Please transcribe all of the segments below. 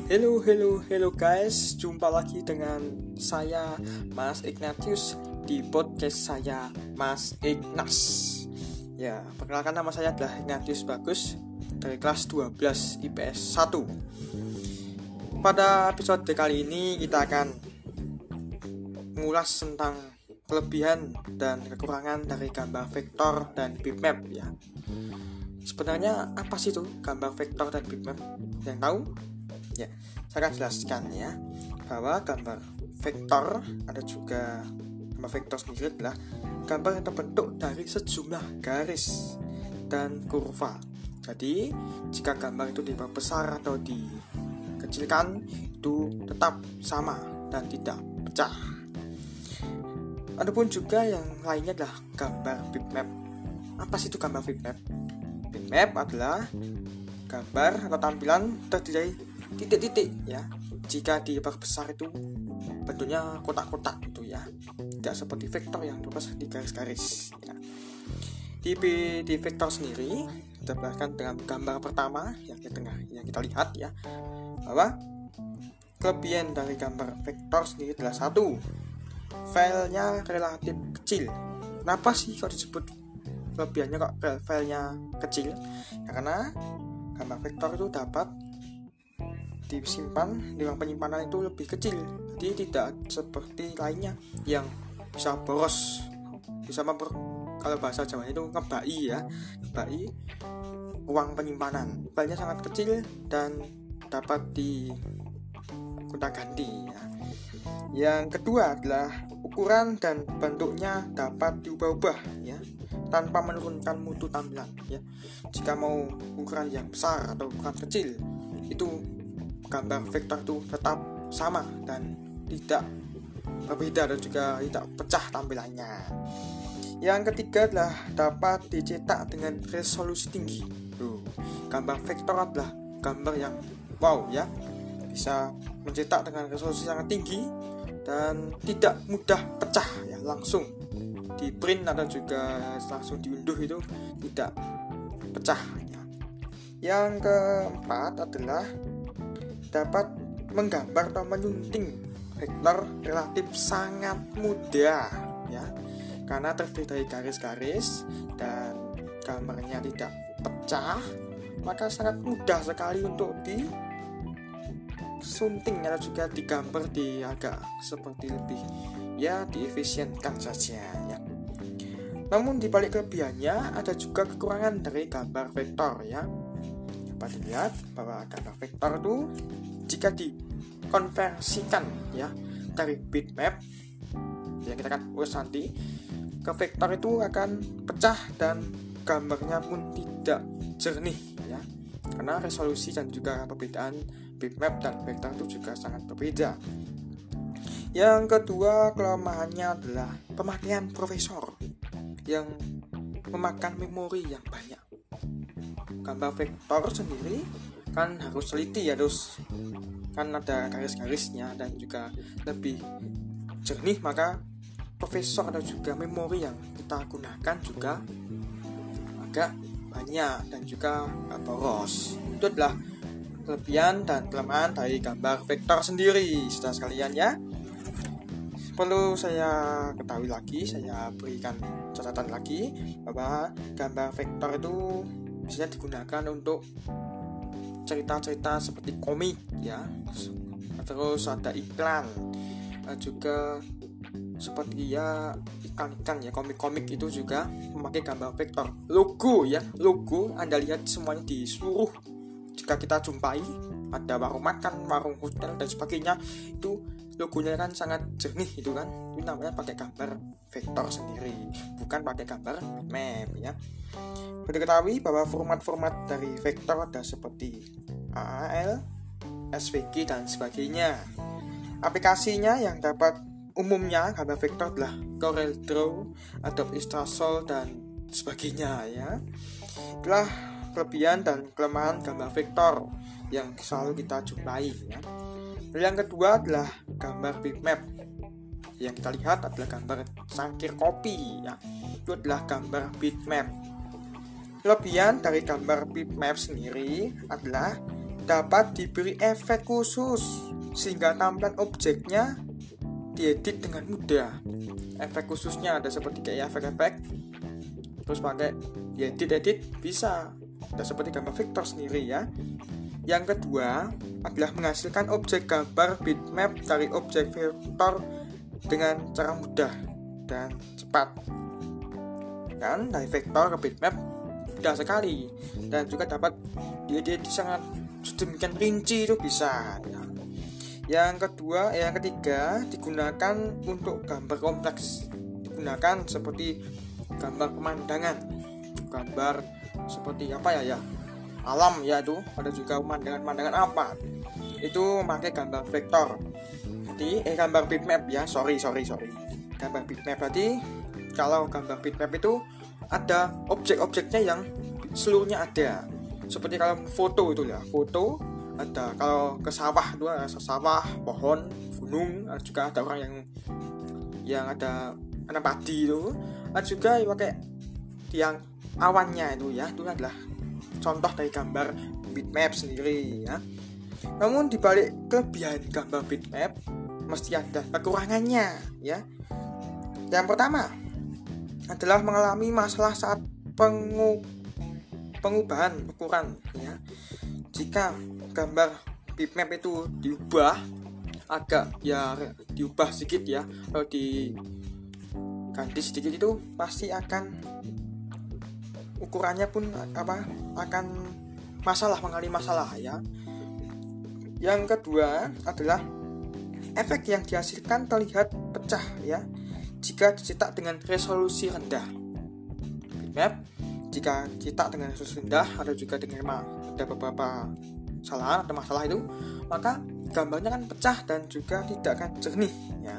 Hello guys, jumpa lagi dengan saya Mas Ignatius di podcast saya Mas Ignas. Ya, perkenalkan nama saya adalah Ignatius Bagus dari kelas 12 IPS 1. Pada episode kali ini kita akan mengulas tentang kelebihan dan kekurangan dari gambar vektor dan bitmap ya. Sebenarnya apa sih itu gambar vektor dan bitmap? Yang tahu? Ya, saya akan jelaskan ya bahwa gambar vektor ada juga gambar vektor sendiri adalah gambar yang terbentuk dari sejumlah garis dan kurva. Jadi jika gambar itu diperbesar atau dikecilkan itu tetap sama dan tidak pecah. Adapun juga yang lainnya adalah gambar bitmap. Apa sih itu gambar bitmap? Bitmap adalah gambar atau tampilan terdiri titik-titik ya. Jika diperbesar itu bentuknya kotak-kotak itu ya, tidak seperti vektor yang diperbesar di garis-garis ya. Di vektor sendiri kita bahkan dengan gambar pertama yang kita lihat ya, bahwa kelebihan dari gambar vektor sendiri adalah satu, filenya relatif kecil. Kenapa sih kok disebut kelebihannya kok filenya kecil? Ya, karena gambar vektor itu dapat disimpan di ruang penyimpanan itu lebih kecil, jadi tidak seperti lainnya yang bisa boros, bisa kalau bahasa Jawa itu ngebai ya, ngebai ruang penyimpanan. Filenya sangat kecil dan dapat digonta-ganti ya. Yang kedua adalah ukuran dan bentuknya dapat diubah-ubah ya, tanpa menurunkan mutu tampilan ya. Jika mau ukuran yang besar atau ukuran kecil, itu gambar vektor itu tetap sama dan tidak berbeda dan juga tidak pecah tampilannya. Yang ketiga adalah dapat dicetak dengan resolusi tinggi. Gambar vektor adalah gambar yang wow ya, bisa mencetak dengan resolusi sangat tinggi dan tidak mudah pecah ya, langsung di print atau juga langsung diunduh itu tidak pecah ya. Yang keempat adalah dapat menggambar atau menyunting vektor relatif sangat mudah ya, karena terdiri dari garis-garis dan gambarnya tidak pecah, maka sangat mudah sekali untuk disunting atau juga digambar di agak seperti lebih ya diefisienkan saja ya. Namun di balik kelebihannya ada juga kekurangan dari gambar vektor ya. Dapat dilihat bahwa gambar vektor itu jika dikonversikan ya dari bitmap yang kita akan urus nanti ke vektor itu akan pecah dan gambarnya pun tidak jernih ya, karena resolusi dan juga perbedaan bitmap dan vektor itu juga sangat berbeda. Yang kedua, kelemahannya adalah pemakaian prosesor yang memakan memori yang banyak. Gambar vektor sendiri kan harus teliti ya, terus kan ada garis-garisnya dan juga lebih jernih, maka prosesor atau juga memori yang kita gunakan juga agak banyak dan juga boros. Itu adalah kelebihan dan kelemahan dari gambar vektor sendiri, saudara sekalian ya. Perlu saya ketahui lagi, saya berikan catatan lagi bahwa gambar vektor itu biasanya digunakan untuk cerita-cerita seperti komik ya, terus ada iklan juga seperti ya iklan ya, komik-komik itu juga memakai gambar vektor. Logo ya, logo Anda lihat semuanya di seluruh, jika kita jumpai ada warung makan, warung hotel dan sebagainya, itu logonya kan sangat jernih itu kan, itu namanya pakai gambar vektor sendiri, bukan pakai gambar map ya. Perlu diketahui bahwa format-format dari vektor ada seperti AAL, SVG dan sebagainya. Aplikasinya yang dapat umumnya gambar vektor adalah CorelDRAW, Adobe Illustrator dan sebagainya ya. Itulah kelebihan dan kelemahan gambar vektor yang selalu kita jumpai ya. Yang kedua adalah gambar bitmap. Yang kita lihat adalah gambar cangkir kopi ya. Itu adalah gambar bitmap. Kelebihan dari gambar bitmap sendiri adalah dapat diberi efek khusus sehingga tampilan objeknya diedit dengan mudah. Efek khususnya ada seperti kayak efek-efek, terus pakai diedit bisa. Ada seperti gambar vektor sendiri ya. Yang kedua adalah menghasilkan objek gambar bitmap dari objek vektor dengan cara mudah dan cepat. Kan dari vektor ke bitmap mudah sekali, dan juga dapat diedit sangat sedemikian rinci itu bisa ya. Yang ketiga digunakan untuk gambar kompleks, digunakan seperti gambar pemandangan, gambar seperti apa ya alam ya, itu ada juga pemandangan apa itu pakai gambar vektor. Jadi gambar bitmap ya, sorry gambar bitmap. Berarti kalau gambar bitmap itu ada objek-objeknya yang seluruhnya ada, seperti kalau foto itu ya, foto ada, kalau ke sawah itu ada sawah, pohon, gunung, ada juga ada orang yang ada padi itu, ada juga yang pakai yang awannya itu ya, itu adalah contoh dari gambar bitmap sendiri ya. Namun dibalik kelebihan gambar bitmap mesti ada kekurangannya ya. Yang pertama adalah mengalami masalah saat pengubahan ukuran ya. Jika gambar bitmap itu diubah diubah sedikit ya, kalau diganti sedikit itu pasti akan ukurannya pun akan mengalami masalah ya. Yang kedua adalah efek yang dihasilkan terlihat pecah ya jika dicetak dengan resolusi rendah. Bitmap jika cetak dengan resolusi rendah ada beberapa masalah itu, maka gambarnya kan pecah dan juga tidak akan jernih ya.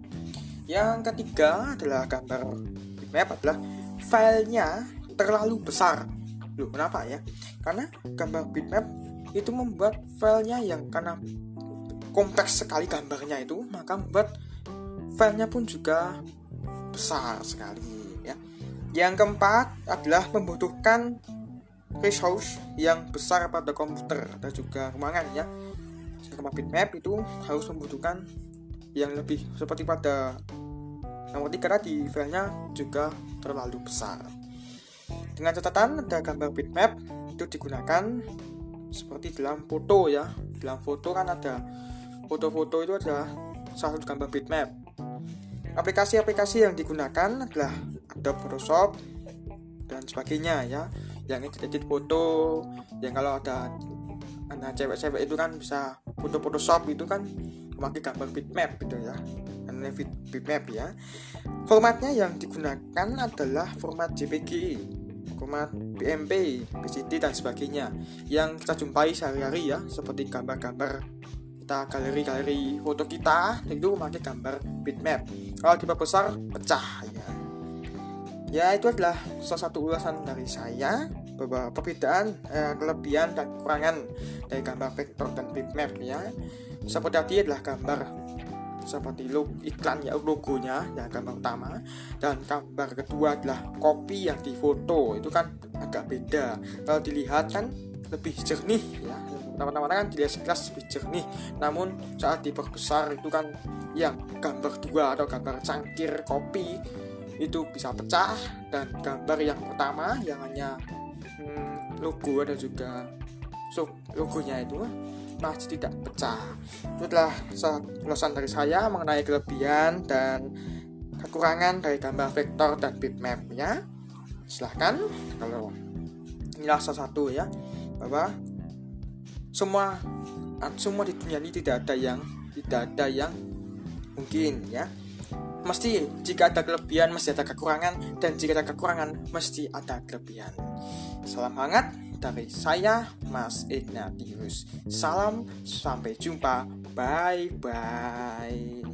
Yang ketiga adalah gambar bitmap adalah filenya terlalu besar. Loh, kenapa ya? Karena gambar bitmap itu membuat filenya yang karena kompleks sekali gambarnya itu, maka membuat filenya pun juga besar sekali ya. Yang keempat adalah membutuhkan resource yang besar pada komputer dan juga ruangan ya. Gambar bitmap itu harus membutuhkan yang lebih, seperti pada nomor 3 tadi, filenya juga terlalu besar. Dengan catatan ada gambar bitmap itu digunakan seperti dalam foto ya. Dalam foto kan ada foto-foto itu adalah salah satu gambar bitmap. Aplikasi-aplikasi yang digunakan adalah Adobe Photoshop dan sebagainya ya. Yang edit foto, yang kalau ada anak cewek-cewek itu kan bisa foto Photoshop itu kan memakai gambar bitmap gitu ya. Bitmap ya. Formatnya yang digunakan adalah format JPG, format PMP, PCD dan sebagainya yang kita jumpai sehari-hari ya, seperti gambar-gambar kita galeri foto kita itu memakai gambar bitmap. Kalau diperbesar pecah ya. Ya, itu adalah salah satu ulasan dari saya bahwa perbedaan kelebihan dan kekurangan dari gambar vektor dan bitmap ya. Seperti tadi adalah gambar seperti iklan ya, logonya ya, gambar utama, dan gambar kedua adalah kopi yang difoto itu kan agak beda. Kalau dilihat kan lebih jernih ya, pertama-tama kan dilihat sekilas lebih jernih, namun saat diperbesar itu kan yang gambar dua atau gambar cangkir kopi itu bisa pecah, dan gambar yang pertama yang hanya logo dan juga logonya itu masih tidak pecah. Itu adalah ulasan dari saya mengenai kelebihan dan kekurangan dari gambar vektor dan bitmap ya. Silahkan, kalau inilah salah satu ya, bahwa semua di dunia ini tidak ada yang mungkin ya. Mesti jika ada kelebihan mesti ada kekurangan, dan jika ada kekurangan mesti ada kelebihan. Salam hangat dari saya, Mas Ignatius. Salam, sampai jumpa. Bye bye.